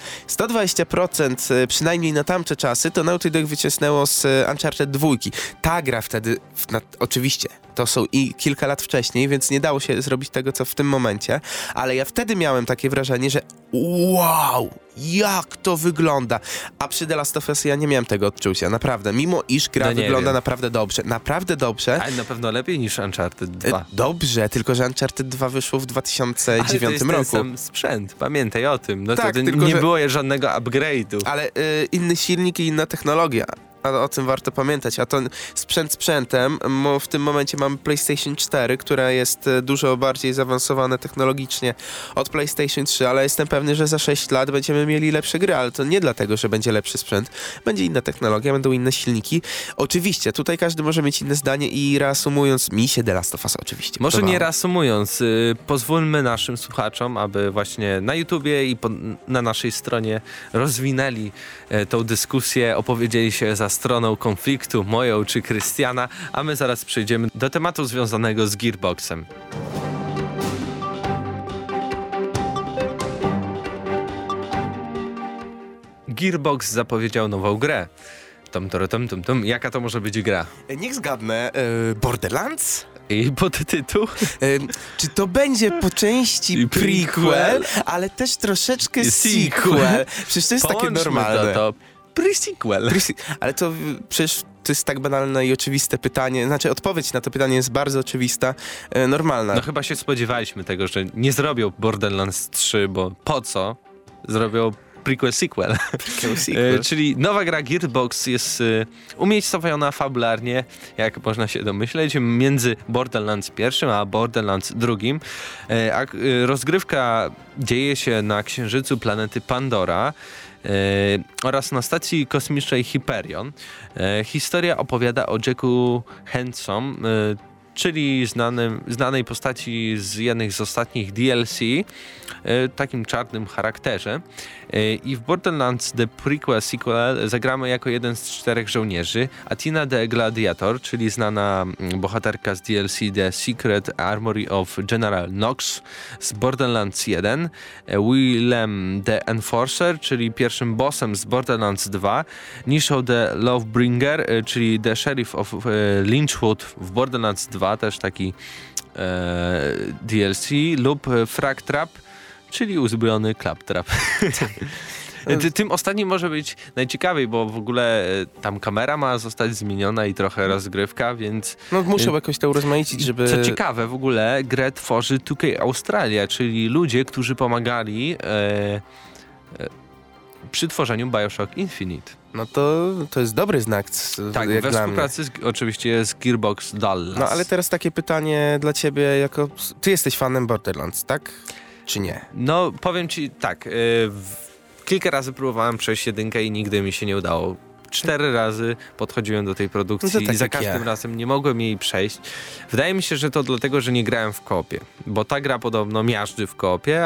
B: 120% przynajmniej na tamte czasy, to Naughty Dog wycisnęło z Uncharted 2. Ta gra wtedy, oczywiście, to są i kilka lat wcześniej, więc nie dało się zrobić tego, co w tym momencie, ale ja wtedy miałem takie wrażenie, że wow, jak to wygląda. A przy The Last of Us ja nie miałem tego odczucia, naprawdę. Mimo iż gra wygląda naprawdę dobrze.
A: Ale na pewno lepiej niż Uncharted 2.
B: Dobrze, tylko że Uncharted 2 wyszło w 2009
A: ale to jest
B: roku.
A: ten sam sprzęt, pamiętaj o tym. No
B: tak,
A: to
B: tylko,
A: nie było żadnego upgrade'u.
B: Ale inny silnik i inna technologia. O tym warto pamiętać, a to sprzętem, w tym momencie mamy PlayStation 4, która jest dużo bardziej zaawansowana technologicznie od PlayStation 3, ale jestem pewny, że za 6 lat będziemy mieli lepsze gry, ale to nie dlatego, że będzie lepszy sprzęt, będzie inna technologia, będą inne silniki. Oczywiście, tutaj każdy może mieć inne zdanie i reasumując, mi się The Last of Us oczywiście
A: może
B: podobało.
A: Nie reasumując, pozwólmy naszym słuchaczom, aby właśnie na YouTubie i na naszej stronie rozwinęli tą dyskusję, opowiedzieli się za stroną konfliktu, moją czy Krystiana, a my zaraz przejdziemy do tematu związanego z Gearboxem. Gearbox zapowiedział nową grę. Jaka to może być gra?
B: Niech zgadnę, Borderlands?
A: I podtytuł?
B: Czy to będzie po części prequel, ale też troszeczkę sequel? Przecież to jest takie normalne.
A: To pre-sequel.
B: Ale to przecież to jest tak banalne i oczywiste pytanie. Znaczy odpowiedź na to pytanie jest bardzo oczywista, normalna.
A: No chyba się spodziewaliśmy tego, że nie zrobią Borderlands 3, bo po co? Zrobią prequel-sequel. Czyli nowa gra Gearbox jest umiejscowiona fabularnie, jak można się domyśleć, między Borderlands 1 a Borderlands 2. Rozgrywka dzieje się na księżycu planety Pandora, oraz na stacji kosmicznej Hyperion. Historia opowiada o Jacku Handsome, czyli znanej postaci z jednych z ostatnich DLC, takim czarnym charakterze. I w Borderlands The Prequel Sequel zagramy jako jeden z 4 żołnierzy. Athena the Gladiator, czyli znana bohaterka z DLC The Secret Armory of General Knox z Borderlands 1. Willem the Enforcer, czyli pierwszym bossem z Borderlands 2. Nisho the Lovebringer, czyli The Sheriff of Lynchwood w Borderlands 2, też taki DLC, lub Frag Trap, czyli uzbrojony Claptrap. Tym ostatnim może być najciekawiej, bo w ogóle tam kamera ma zostać zmieniona i trochę rozgrywka, więc...
B: No muszą jakoś to urozmaicić, żeby...
A: Co ciekawe, w ogóle grę tworzy 2K Australia, czyli ludzie, którzy pomagali przy tworzeniu BioShock Infinite.
B: No to jest dobry znak.
A: Tak,
B: jak
A: we
B: dla
A: współpracy oczywiście z Gearbox Dallas.
B: No ale teraz takie pytanie dla ciebie, ty jesteś fanem Borderlands, tak? Czy nie?
A: No powiem ci tak, kilka razy próbowałem przejść 1 i nigdy mi się nie udało. 4 razy podchodziłem do tej produkcji i za każdym razem nie mogłem jej przejść. Wydaje mi się, że to dlatego, że nie grałem w koopie, bo ta gra podobno miażdży w koopie,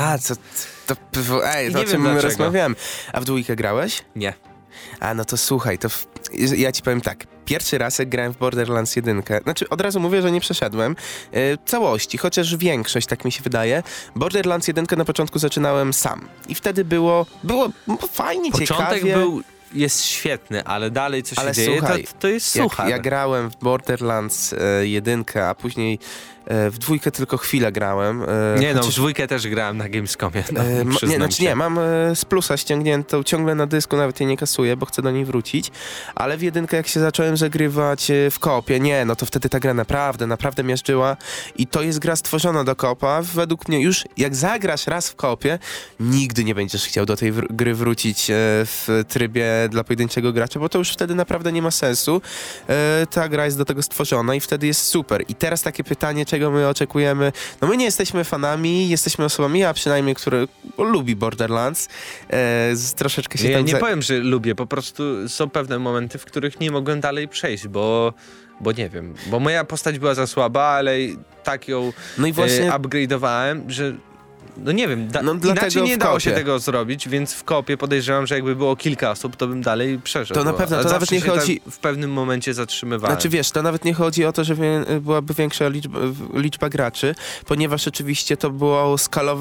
B: to o czym my rozmawiamy. A w 2 grałeś?
A: Nie.
B: A no to słuchaj, ja ci powiem tak. Pierwszy raz jak grałem w Borderlands 1, znaczy od razu mówię, że nie przeszedłem całości, chociaż większość, tak mi się wydaje. Borderlands 1 na początku zaczynałem sam i wtedy było fajnie, ciekawie.
A: Początek jest świetny, ale dalej co się dzieje, słuchaj, to jest suchar.
B: Ja grałem w Borderlands 1, a później w 2 tylko chwilę grałem.
A: W 2 też grałem na Gamescomie.
B: Mam z plusa ściągniętą ciągle na dysku, nawet jej nie kasuję, bo chcę do niej wrócić, ale w 1 jak się zacząłem zagrywać w koopie, to wtedy ta gra naprawdę miażdżyła i to jest gra stworzona do koopa. Według mnie już jak zagrasz raz w koopie, nigdy nie będziesz chciał do tej gry wrócić w trybie dla pojedynczego gracza, bo to już wtedy naprawdę nie ma sensu. Ta gra jest do tego stworzona i wtedy jest super. I teraz takie pytanie, czego my oczekujemy. No my nie jesteśmy fanami, jesteśmy osobami, ja przynajmniej, który lubi Borderlands. Troszeczkę się
A: nie powiem, że lubię, po prostu są pewne momenty, w których nie mogłem dalej przejść, bo nie wiem, bo moja postać była za słaba, ale tak ją upgrade'owałem, że no nie wiem, inaczej nie dało się tego zrobić, więc w koopie podejrzewam, że jakby było kilka osób, to bym dalej przeszedł.
B: To na pewno, to nawet nie chodzi...
A: w pewnym momencie zatrzymywałem.
B: Znaczy wiesz, to nawet nie chodzi o to, że byłaby większa liczba graczy, ponieważ oczywiście to było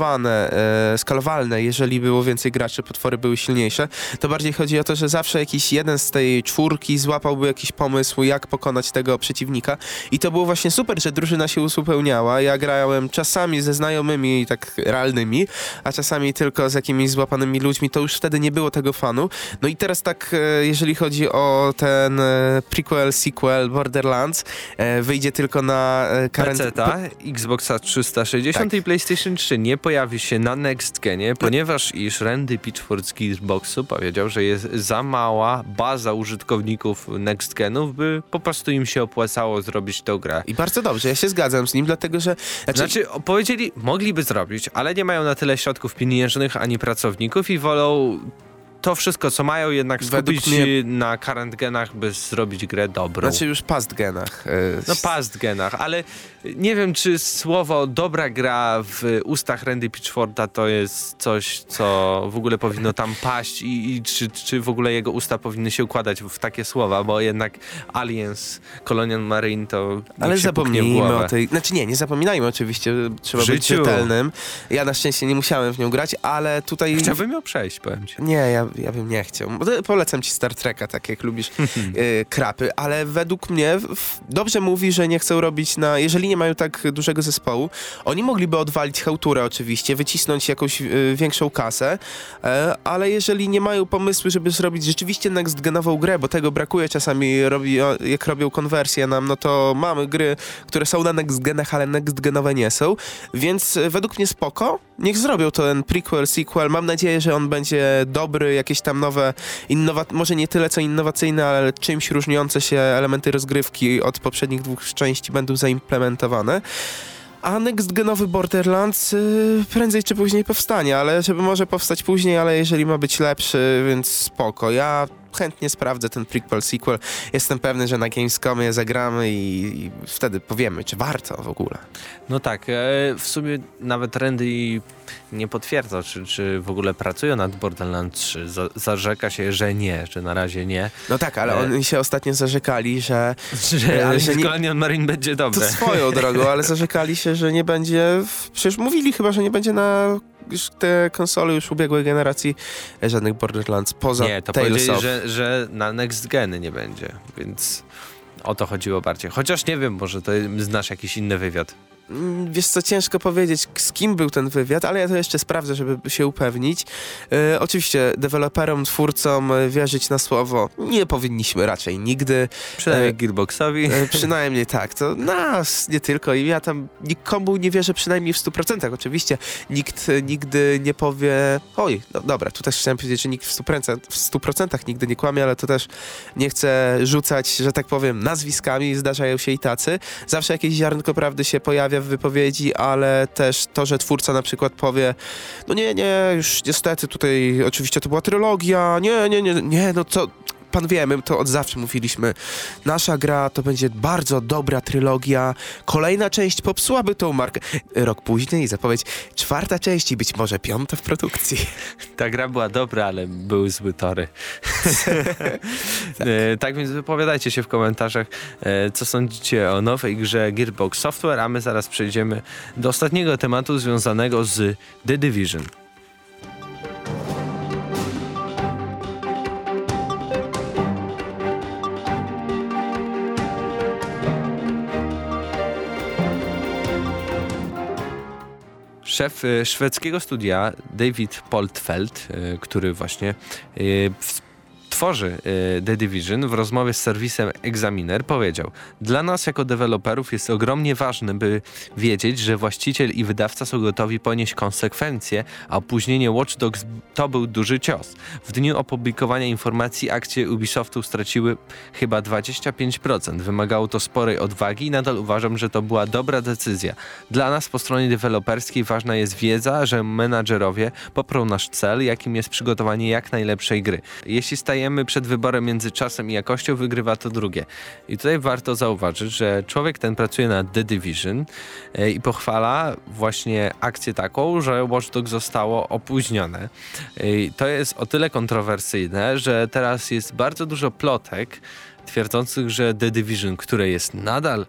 B: skalowalne, jeżeli było więcej graczy, potwory były silniejsze, to bardziej chodzi o to, że zawsze jakiś jeden z tej 4 złapałby jakiś pomysł, jak pokonać tego przeciwnika i to było właśnie super, że drużyna się uzupełniała. Ja grałem czasami ze znajomymi, tak realnymi, a czasami tylko z jakimiś złapanymi ludźmi, to już wtedy nie było tego fanu. No i teraz tak, jeżeli chodzi o ten prequel, sequel Borderlands, wyjdzie tylko na
A: PC-ta, Xboxa 360 i PlayStation 3. Nie pojawi się na Next Genie, ponieważ Randy Pitchford z Gearboxu powiedział, że jest za mała baza użytkowników Next Genów, by po prostu im się opłacało zrobić tę grę.
B: I bardzo dobrze, ja się zgadzam z nim, dlatego że...
A: Znaczy powiedzieli, mogliby zrobić, ale nie mają na tyle środków pieniężnych ani pracowników i wolą to wszystko, co mają, jednak skupić na current genach, by zrobić grę dobrą.
B: Znaczy już past genach.
A: No past genach, ale nie wiem, czy słowo dobra gra w ustach Randy Pitchforda to jest coś, co w ogóle powinno tam paść i czy w ogóle jego usta powinny się układać w takie słowa, bo jednak Aliens, Colonial Marine to
B: ale zapomnijmy o tej... Znaczy nie zapominajmy oczywiście, trzeba być rzetelnym. Ja na szczęście nie musiałem w nią grać, ale tutaj...
A: Chciałbym ją przejść, powiem ci.
B: Nie, ja bym nie chciał. Polecam ci Star Treka, tak jak lubisz krapy, ale według mnie dobrze mówi, że nie chcą robić jeżeli nie mają tak dużego zespołu, oni mogliby odwalić chałturę oczywiście, wycisnąć jakąś większą kasę, ale jeżeli nie mają pomysłu, żeby zrobić rzeczywiście next-genową grę, bo tego brakuje czasami, jak robią konwersję nam, no to mamy gry, które są na next-genach, ale next-genowe nie są, więc według mnie spoko, niech zrobią ten prequel, sequel, mam nadzieję, że on będzie dobry, jakieś tam nowe, może nie tyle co innowacyjne, ale czymś różniące się elementy rozgrywki od poprzednich 2 części będą zaimplementowane. A next-genowy Borderlands prędzej czy później powstanie, ale żeby może powstać później, ale jeżeli ma być lepszy, więc spoko. Ja chętnie sprawdzę ten prequel, sequel. Jestem pewny, że na Gamescomie zagramy i wtedy powiemy, czy warto w ogóle.
A: No tak, w sumie nawet Randy nie potwierdza, czy w ogóle pracują nad Borderlands 3. Zarzeka się, że nie, że na razie nie.
B: No tak, ale oni się ostatnio zarzekali, że
A: Colonial Marine będzie dobre.
B: To swoją drogą, ale zarzekali się, że nie będzie, przecież mówili chyba, że nie będzie na te konsole już ubiegłej generacji żadnych Borderlands poza
A: Nie, to
B: Tales
A: powiedzieli,
B: of.
A: że na next geny nie będzie, więc o to chodziło bardziej. Chociaż nie wiem, może to znasz jakiś inny wywiad.
B: Wiesz co, ciężko powiedzieć, z kim był ten wywiad, ale ja to jeszcze sprawdzę, żeby się upewnić. Oczywiście deweloperom, twórcom wierzyć na słowo nie powinniśmy raczej nigdy.
A: Przynajmniej Gearboxowi.
B: Przynajmniej tak, to nas, nie tylko. I ja tam nikomu nie wierzę przynajmniej w 100%. Oczywiście nikt nigdy nie powie, oj, no dobra, tu też chciałem powiedzieć, że nikt w 100% nigdy nie kłamie, ale to też nie chcę rzucać, że tak powiem, nazwiskami, zdarzają się i tacy. Zawsze jakieś ziarnko prawdy się pojawia w wypowiedzi, ale też to, że twórca na przykład powie, no nie, już niestety tutaj oczywiście to była trylogia, nie, no co... Pan wie, my to od zawsze mówiliśmy, nasza gra to będzie bardzo dobra trylogia, kolejna część popsułaby tą markę. Rok później zapowiedź 4. część i być może 5. w produkcji.
A: Ta gra była dobra, ale były zły tory. Tak więc wypowiadajcie się w komentarzach, co sądzicie o nowej grze Gearbox Software, a my zaraz przejdziemy do ostatniego tematu związanego z The Division. Szef szwedzkiego studia David Poltfeld, który właśnie tworzy The Division, w rozmowie z serwisem Examiner powiedział: dla nas jako deweloperów jest ogromnie ważne, by wiedzieć, że właściciel i wydawca są gotowi ponieść konsekwencje, a opóźnienie Watch Dogs to był duży cios. W dniu opublikowania informacji akcje Ubisoftu straciły chyba 25%. Wymagało to sporej odwagi i nadal uważam, że to była dobra decyzja. Dla nas po stronie deweloperskiej ważna jest wiedza, że menadżerowie poprą nasz cel, jakim jest przygotowanie jak najlepszej gry. Jeśli stajemy przed wyborem między czasem i jakością, wygrywa to drugie. I tutaj warto zauważyć, że człowiek ten pracuje nad The Division i pochwala właśnie akcję taką, że Watch Dogs zostało opóźnione. I to jest o tyle kontrowersyjne, że teraz jest bardzo dużo plotek twierdzących, że The Division, które jest nadal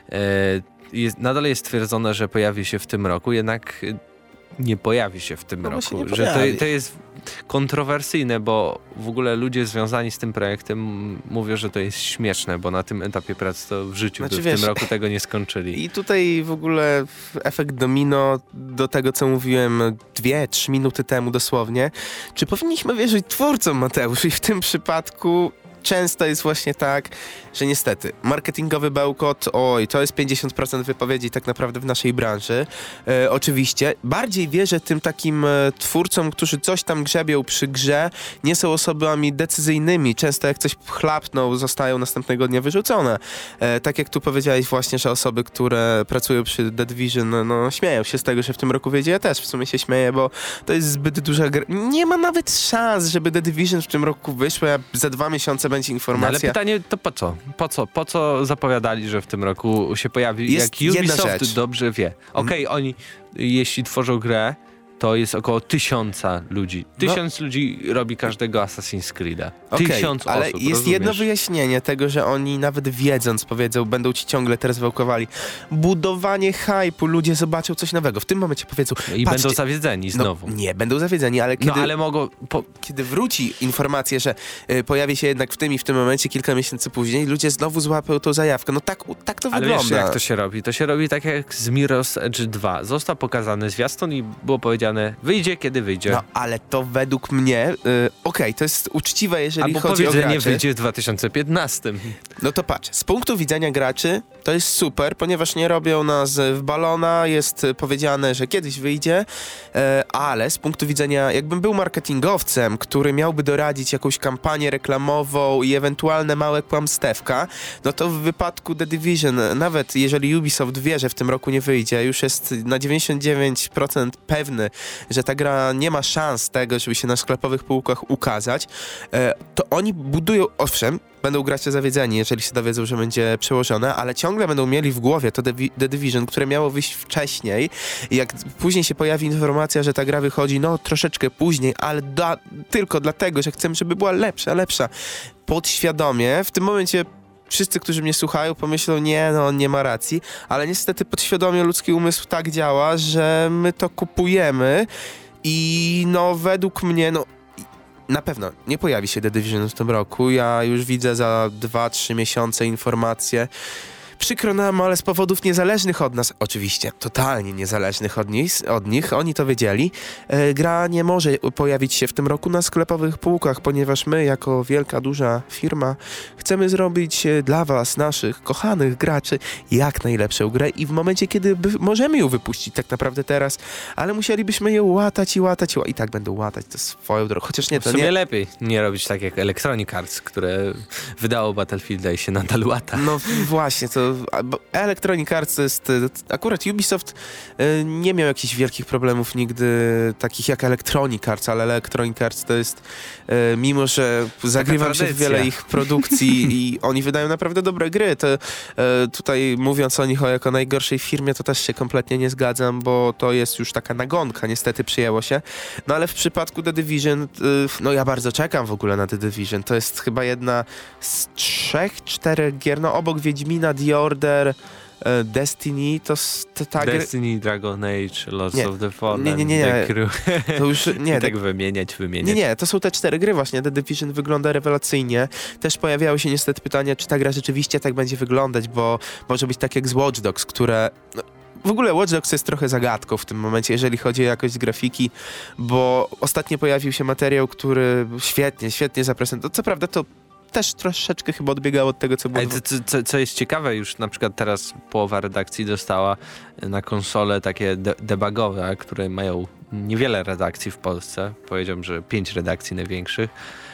A: jest twierdzone, że pojawi się w tym roku, jednak nie pojawi się w tym roku. Że to jest kontrowersyjne, bo w ogóle ludzie związani z tym projektem mówią, że to jest śmieszne, bo na tym etapie pracy to w życiu by w tym roku tego nie skończyli.
B: I tutaj w ogóle efekt domino do tego, co mówiłem 2-3 minuty temu dosłownie. Czy powinniśmy wierzyć twórcom, Mateusz? I w tym przypadku często jest właśnie tak, że niestety marketingowy bełkot, to jest 50% wypowiedzi tak naprawdę w naszej branży. Oczywiście. Bardziej wierzę tym takim twórcom, którzy coś tam grzebią przy grze, nie są osobami decyzyjnymi. Często jak coś chlapną, zostają następnego dnia wyrzucone. Tak jak tu powiedziałeś właśnie, że osoby, które pracują przy The Division, śmieją się z tego, że w tym roku wyjdzie. Ja też w sumie się śmieję, bo to jest zbyt duża gra. Nie ma nawet szans, żeby The Division w tym roku wyszło. Za 2 miesiące będzie informacja.
A: No ale pytanie to po co? Po co zapowiadali, że w tym roku się pojawi?
B: Jest
A: jak
B: jedna
A: Ubisoft
B: rzecz.
A: Dobrze wie. Okej, oni jeśli tworzą grę, to jest około 1000 ludzi. 1000 ludzi robi każdego Assassin's Creed'a. 1000
B: ale
A: osób,
B: jest
A: rozumiesz?
B: jedno wyjaśnienie tego, że oni nawet wiedząc, powiedzą, będą ci ciągle teraz wałkowali. Budowanie hype'u, ludzie zobaczą coś nowego. W tym momencie powiedzą,
A: I będą zawiedzeni znowu.
B: Nie, będą zawiedzeni, ale kiedy,
A: ale mogą...
B: kiedy wróci informacja, że pojawi się jednak w tym i w tym momencie kilka miesięcy później, ludzie znowu złapią tą zajawkę. No tak to
A: ale
B: wygląda.
A: wiesz, jak to się robi? To się robi tak jak z Mirror's Edge 2. Został pokazany zwiastun i było powiedziane, wyjdzie, kiedy wyjdzie.
B: No, ale to według mnie, to jest uczciwe, jeżeli
A: Albo
B: chodzi o graczy.
A: nie wyjdzie w 2015.
B: No to patrz, z punktu widzenia graczy To jest super, ponieważ nie robią nas w balona, jest powiedziane, że kiedyś wyjdzie, ale z punktu widzenia, jakbym był marketingowcem, który miałby doradzić jakąś kampanię reklamową i ewentualne małe kłamstewka, no to w wypadku The Division, nawet jeżeli Ubisoft wie, że w tym roku nie wyjdzie, już jest na 99% pewny, że ta gra nie ma szans tego, żeby się na sklepowych półkach ukazać, to oni budują, owszem, będą gracze zawiedzeni, jeżeli się dowiedzą, że będzie przełożone, ale ciągle będą mieli w głowie to The Division, które miało wyjść wcześniej. I jak później się pojawi informacja, że ta gra wychodzi, no troszeczkę później, ale tylko dlatego, że chcemy, żeby była lepsza. Podświadomie, w tym momencie wszyscy, którzy mnie słuchają, pomyślą, nie, no on nie ma racji, ale niestety podświadomie ludzki umysł tak działa, że my to kupujemy i no według mnie, no na pewno nie pojawi się The Division w tym roku. Ja już widzę za 2-3 miesiące informacje. Przykro nam, ale z powodów niezależnych od nas, oczywiście, totalnie niezależnych od nich, oni to wiedzieli, gra nie może pojawić się w tym roku na sklepowych półkach, ponieważ my, jako wielka, duża firma, chcemy zrobić dla was, naszych kochanych graczy, jak najlepszą grę i w momencie, kiedy możemy ją wypuścić tak naprawdę teraz, ale musielibyśmy ją łatać i tak będą łatać to swoją drogą, chociaż nie, to
A: w sumie
B: nie...
A: lepiej nie robić tak jak Electronic Arts, które wydało Battlefielda i się nadal łata.
B: No właśnie, to Electronic Arts to jest... Akurat Ubisoft nie miał jakichś wielkich problemów nigdy takich jak Electronic Arts, ale Electronic Arts to jest, mimo że zagrywam się w wiele ich produkcji i oni wydają naprawdę dobre gry, to tutaj mówiąc o nich jako najgorszej firmie, to też się kompletnie nie zgadzam, bo to jest już taka nagonka, niestety przyjęło się. No ale w przypadku The Division, no ja bardzo czekam w ogóle na The Division. To jest chyba jedna z 3-4 gier, no obok Wiedźmina, The Order, Destiny, to ta
A: Destiny, Dragon Age, Lords of the Fallen,
B: nie.
A: The Crew.
B: To już nie.
A: Tak wymieniać.
B: Nie, to są te 4 gry właśnie. The Division wygląda rewelacyjnie. Też pojawiały się niestety pytania, czy ta gra rzeczywiście tak będzie wyglądać, bo może być tak jak z Watch Dogs, które... No, w ogóle Watch Dogs jest trochę zagadką w tym momencie, jeżeli chodzi o jakość grafiki, bo ostatnio pojawił się materiał, który świetnie zaprezentował. Co prawda to też troszeczkę chyba odbiegało od tego, co było...
A: Co jest ciekawe, już na przykład teraz połowa redakcji dostała na konsole takie debugowe, które mają niewiele redakcji w Polsce. Powiedziałbym, że 5 redakcji największych.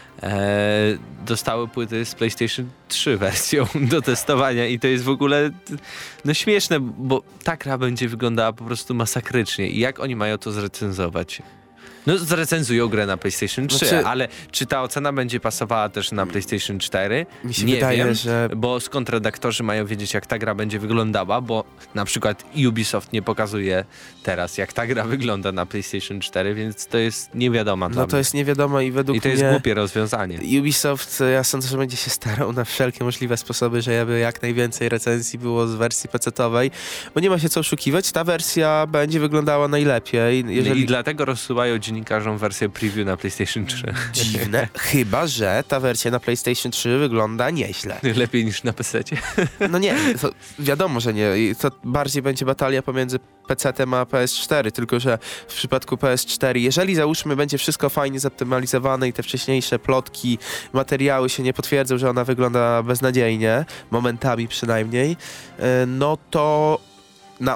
A: Dostały płyty z PlayStation 3 wersją do testowania i to jest w ogóle no śmieszne, bo ta gra będzie wyglądała po prostu masakrycznie i jak oni mają to zrecenzować? No zrecenzują grę na PlayStation 3, ale czy ta ocena będzie pasowała też na PlayStation 4?
B: Mi się wydaje, że...
A: Bo skąd redaktorzy mają wiedzieć, jak ta gra będzie wyglądała, bo na przykład Ubisoft nie pokazuje teraz, jak ta gra wygląda na PlayStation 4, więc to jest niewiadoma.
B: No to jest niewiadoma i według mnie...
A: I to jest głupie rozwiązanie.
B: Ubisoft, ja sądzę, że będzie się starał na wszelkie możliwe sposoby, żeby jak najwięcej recenzji było z wersji PC-owej, bo nie ma się co oszukiwać, ta wersja będzie wyglądała najlepiej.
A: I dlatego rozsuwają dziennikarzom wersję preview na PlayStation 3.
B: Dziwne, chyba że ta wersja na PlayStation 3 wygląda nieźle.
A: Lepiej niż na PC-cie.
B: No nie, to wiadomo, że nie. To bardziej będzie batalia pomiędzy PC-tem a PS4, tylko że w przypadku PS4, jeżeli załóżmy będzie wszystko fajnie zoptymalizowane i te wcześniejsze plotki, materiały się nie potwierdzą, że ona wygląda beznadziejnie, momentami przynajmniej, no to na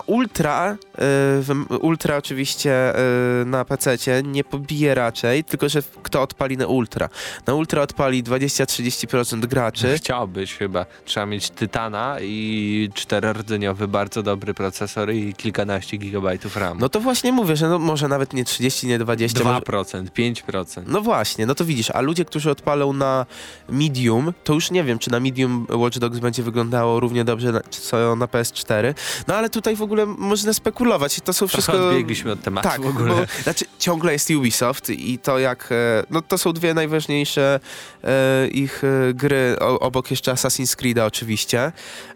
B: Ultra oczywiście na PC-cie nie pobije raczej, tylko że kto odpali na Ultra? Na Ultra odpali 20-30% graczy.
A: Chciałbyś chyba. Trzeba mieć Tytana i 4-rdzeniowy bardzo dobry procesor i kilkanaście gigabajtów RAM.
B: No to właśnie mówię, że no może nawet nie 30, nie 20.
A: 2%, 5%.
B: No właśnie, no to widzisz, a ludzie, którzy odpalą na Medium, to już nie wiem, czy na Medium Watch Dogs będzie wyglądało równie dobrze co na PS4. No ale tutaj w ogóle można spekulować. To są wszystko...
A: Trochę odbiegliśmy od tematu
B: tak,
A: w ogóle.
B: Bo, znaczy ciągle jest Ubisoft i to jak... No to są dwie najważniejsze ich gry, obok jeszcze Assassin's Creed'a oczywiście.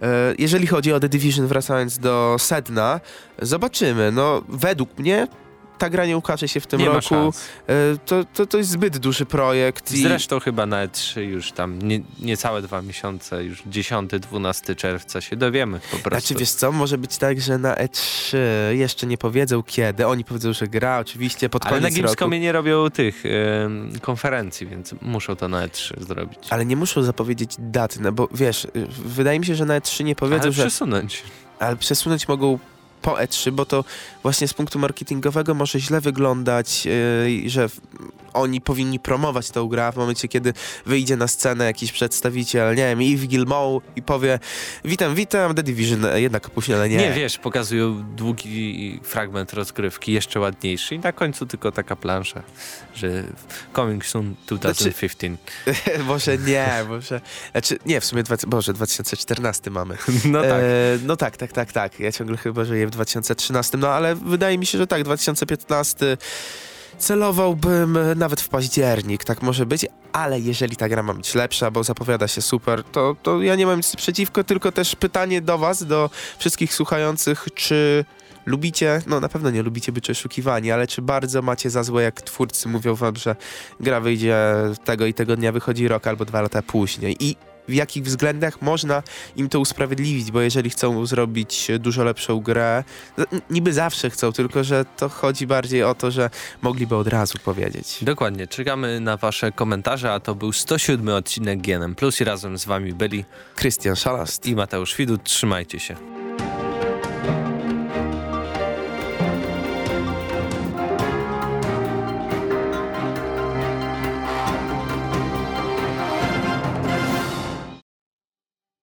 B: Jeżeli chodzi o The Division, wracając do sedna, zobaczymy. No według mnie ta gra nie ukaże się w tym
A: Nie ma
B: roku.
A: szans.
B: To jest zbyt duży projekt.
A: Zresztą chyba na E3 już tam niecałe 2 miesiące, już 10-12 czerwca się dowiemy po prostu.
B: Znaczy wiesz co, może być tak, że na E3 jeszcze nie powiedzą kiedy. Oni powiedzą, że gra oczywiście pod
A: Ale
B: koniec
A: na
B: roku.
A: Gamescomie nie robią tych konferencji, więc muszą to na E3 zrobić.
B: Ale nie muszą zapowiedzieć daty, no bo wiesz, wydaje mi się, że na E3 nie powiedzą,
A: Ale
B: że...
A: przesunąć.
B: Ale przesunąć mogą po E3, bo to właśnie z punktu marketingowego może źle wyglądać, że oni powinni promować tą grę, a w momencie, kiedy wyjdzie na scenę jakiś przedstawiciel, nie wiem, Yves Guillemot i powie witam, The Division jednak opóźnione,
A: Nie, wiesz, pokazują długi fragment rozgrywki, jeszcze ładniejszy i na końcu tylko taka plansza, że coming soon 2015.
B: Może nie, może... Znaczy, nie, w sumie, 2014 mamy.
A: No tak.
B: No tak. Ja ciągle chyba żyję w 2013, no ale wydaje mi się, że tak, 2015 celowałbym nawet w październik, tak może być, ale jeżeli ta gra ma być lepsza, bo zapowiada się super, to ja nie mam nic przeciwko, tylko też pytanie do was, do wszystkich słuchających, czy lubicie, no na pewno nie lubicie być oszukiwani, ale czy bardzo macie za złe, jak twórcy mówią wam, że gra wyjdzie tego i tego dnia, wychodzi rok albo 2 lata później i w jakich względach można im to usprawiedliwić, bo jeżeli chcą zrobić dużo lepszą grę, niby zawsze chcą, tylko że to chodzi bardziej o to, że mogliby od razu powiedzieć.
A: Dokładnie, czekamy na wasze komentarze, a to był 107 odcinek GNM+, i razem z wami byli
B: Krystian Szalast
A: i Mateusz Widut. Trzymajcie się.